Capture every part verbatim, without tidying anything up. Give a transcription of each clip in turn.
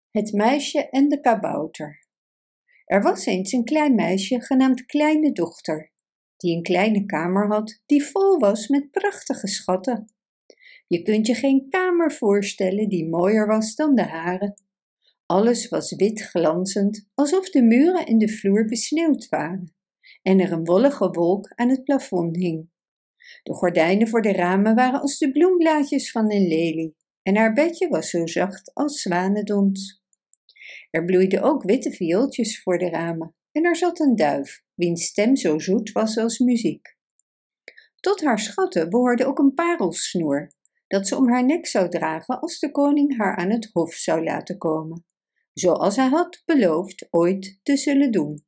Het meisje en de kabouter. Er was eens een klein meisje genaamd Kleine Dochter, die een kleine kamer had die vol was met prachtige schatten. Je kunt je geen kamer voorstellen die mooier was dan de hare. Alles was wit glanzend, alsof de muren en de vloer besneeuwd waren en er een wollige wolk aan het plafond hing. De gordijnen voor de ramen waren als de bloemblaadjes van een lelie en haar bedje was zo zacht als zwanendons. Er bloeiden ook witte viooltjes voor de ramen en er zat een duif, wiens stem zo zoet was als muziek. Tot haar schatten behoorde ook een parelsnoer, dat ze om haar nek zou dragen als de koning haar aan het hof zou laten komen, zoals hij had beloofd ooit te zullen doen.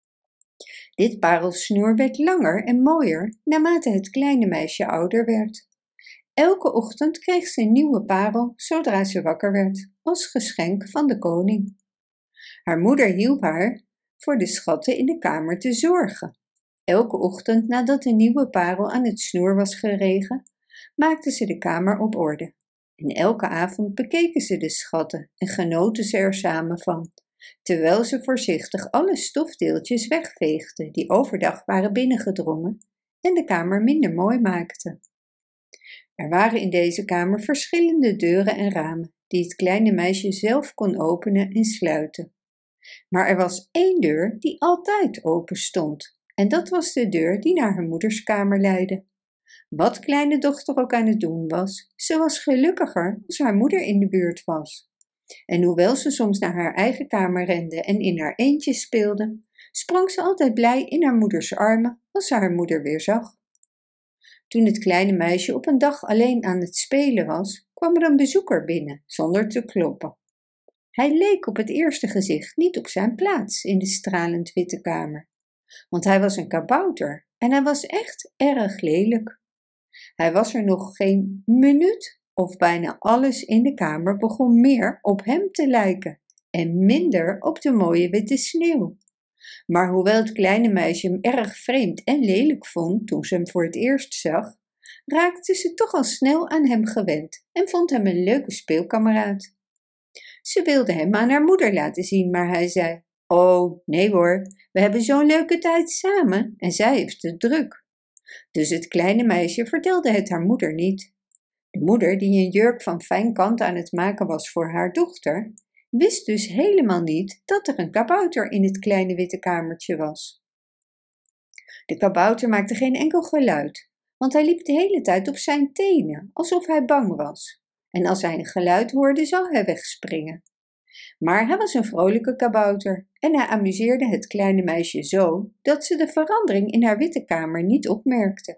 Dit parelsnoer werd langer en mooier naarmate het kleine meisje ouder werd. Elke ochtend kreeg ze een nieuwe parel zodra ze wakker werd, als geschenk van de koning. Haar moeder hielp haar voor de schatten in de kamer te zorgen. Elke ochtend nadat een nieuwe parel aan het snoer was geregen, maakte ze de kamer op orde. En elke avond bekeken ze de schatten en genoten ze er samen van, terwijl ze voorzichtig alle stofdeeltjes wegveegden die overdag waren binnengedrongen en de kamer minder mooi maakten. Er waren in deze kamer verschillende deuren en ramen die het kleine meisje zelf kon openen en sluiten. Maar er was één deur die altijd open stond en dat was de deur die naar haar moeders kamer leidde. Wat Kleine Dochter ook aan het doen was, ze was gelukkiger als haar moeder in de buurt was. En hoewel ze soms naar haar eigen kamer rende en in haar eentje speelde, sprong ze altijd blij in haar moeders armen als ze haar moeder weer zag. Toen het kleine meisje op een dag alleen aan het spelen was, kwam er een bezoeker binnen zonder te kloppen. Hij leek op het eerste gezicht niet op zijn plaats in de stralend witte kamer, want hij was een kabouter en hij was echt erg lelijk. Hij was er nog geen minuut of bijna alles in de kamer begon meer op hem te lijken en minder op de mooie witte sneeuw. Maar hoewel het kleine meisje hem erg vreemd en lelijk vond toen ze hem voor het eerst zag, raakte ze toch al snel aan hem gewend en vond hem een leuke speelkameraad. Ze wilde hem aan haar moeder laten zien, maar hij zei: "Oh, nee hoor, we hebben zo'n leuke tijd samen en zij heeft het druk." Dus het kleine meisje vertelde het haar moeder niet. De moeder, die een jurk van fijn kant aan het maken was voor haar dochter, wist dus helemaal niet dat er een kabouter in het kleine witte kamertje was. De kabouter maakte geen enkel geluid, want hij liep de hele tijd op zijn tenen, alsof hij bang was. En als hij een geluid hoorde, zou hij wegspringen. Maar hij was een vrolijke kabouter en hij amuseerde het kleine meisje zo dat ze de verandering in haar witte kamer niet opmerkte.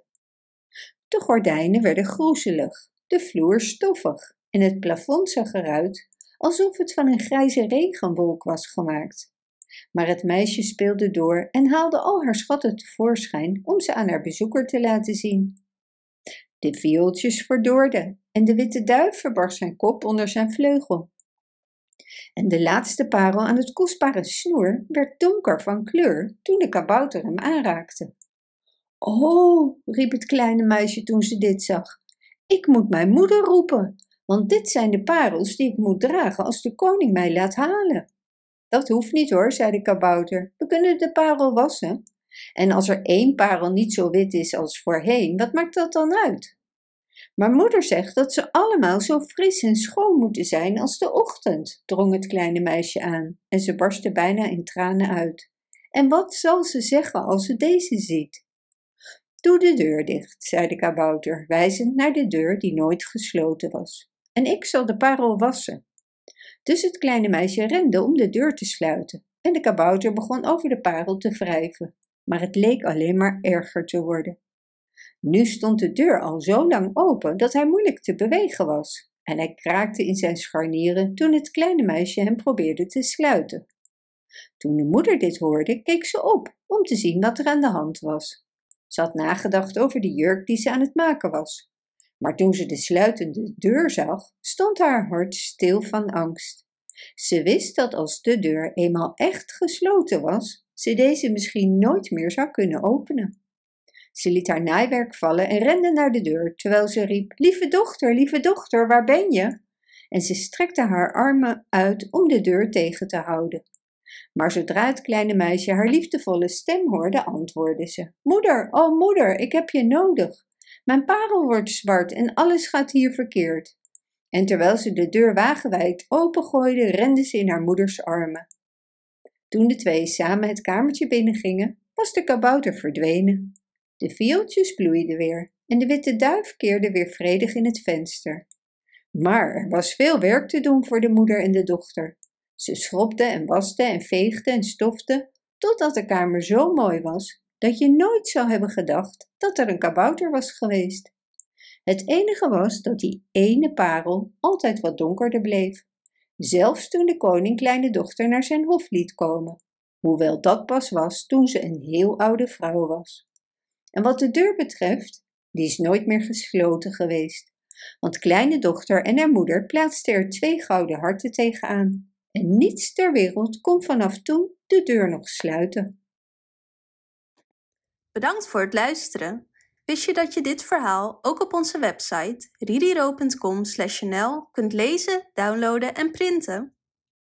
De gordijnen werden groezelig, de vloer stoffig en het plafond zag eruit alsof het van een grijze regenwolk was gemaakt. Maar het meisje speelde door en haalde al haar schatten tevoorschijn om ze aan haar bezoeker te laten zien. De viooltjes verdorden en de witte duif verbarg zijn kop onder zijn vleugel. En de laatste parel aan het kostbare snoer werd donker van kleur toen de kabouter hem aanraakte. "Oh," riep het kleine meisje toen ze dit zag, "ik moet mijn moeder roepen, want dit zijn de parels die ik moet dragen als de koning mij laat halen." "Dat hoeft niet hoor," zei de kabouter, "we kunnen de parel wassen. En als er één parel niet zo wit is als voorheen, wat maakt dat dan uit? Maar moeder zegt dat ze allemaal zo fris en schoon moeten zijn als de ochtend," drong het kleine meisje aan en ze barstte bijna in tranen uit. "En wat zal ze zeggen als ze deze ziet?" "Doe de deur dicht," zei de kabouter, wijzend naar de deur die nooit gesloten was. "En ik zal de parel wassen." Dus het kleine meisje rende om de deur te sluiten en de kabouter begon over de parel te wrijven, maar het leek alleen maar erger te worden. Nu stond de deur al zo lang open dat hij moeilijk te bewegen was en hij kraakte in zijn scharnieren toen het kleine meisje hem probeerde te sluiten. Toen de moeder dit hoorde, keek ze op om te zien wat er aan de hand was. Ze had nagedacht over de jurk die ze aan het maken was, maar toen ze de sluitende deur zag, stond haar hart stil van angst. Ze wist dat als de deur eenmaal echt gesloten was, ze deze misschien nooit meer zou kunnen openen. Ze liet haar naaiwerk vallen en rende naar de deur, terwijl ze riep: "Lieve dochter, lieve dochter, waar ben je?" en ze strekte haar armen uit om de deur tegen te houden. Maar zodra het kleine meisje haar liefdevolle stem hoorde, antwoordde ze: Moeder, oh moeder, ik heb je nodig. Mijn parel wordt zwart en alles gaat hier verkeerd. En terwijl ze de deur wagenwijd opengooide, rende ze in haar moeders armen. Toen de twee samen het kamertje binnengingen, was de kabouter verdwenen. De viooltjes bloeiden weer en de witte duif keerde weer vredig in het venster. Maar er was veel werk te doen voor de moeder en de dochter. Ze schrobden en wasten en veegden en stoften, totdat de kamer zo mooi was, dat je nooit zou hebben gedacht dat er een kabouter was geweest. Het enige was dat die ene parel altijd wat donkerder bleef, zelfs toen de koning kleine dochter naar zijn hof liet komen, hoewel dat pas was toen ze een heel oude vrouw was. En wat de deur betreft, die is nooit meer gesloten geweest, want kleine dochter en haar moeder plaatsten er twee gouden harten tegenaan, en niets ter wereld kon vanaf toen de deur nog sluiten. Bedankt voor het luisteren. Wist je dat je dit verhaal ook op onze website ridiro punt com slash n l kunt lezen, downloaden en printen?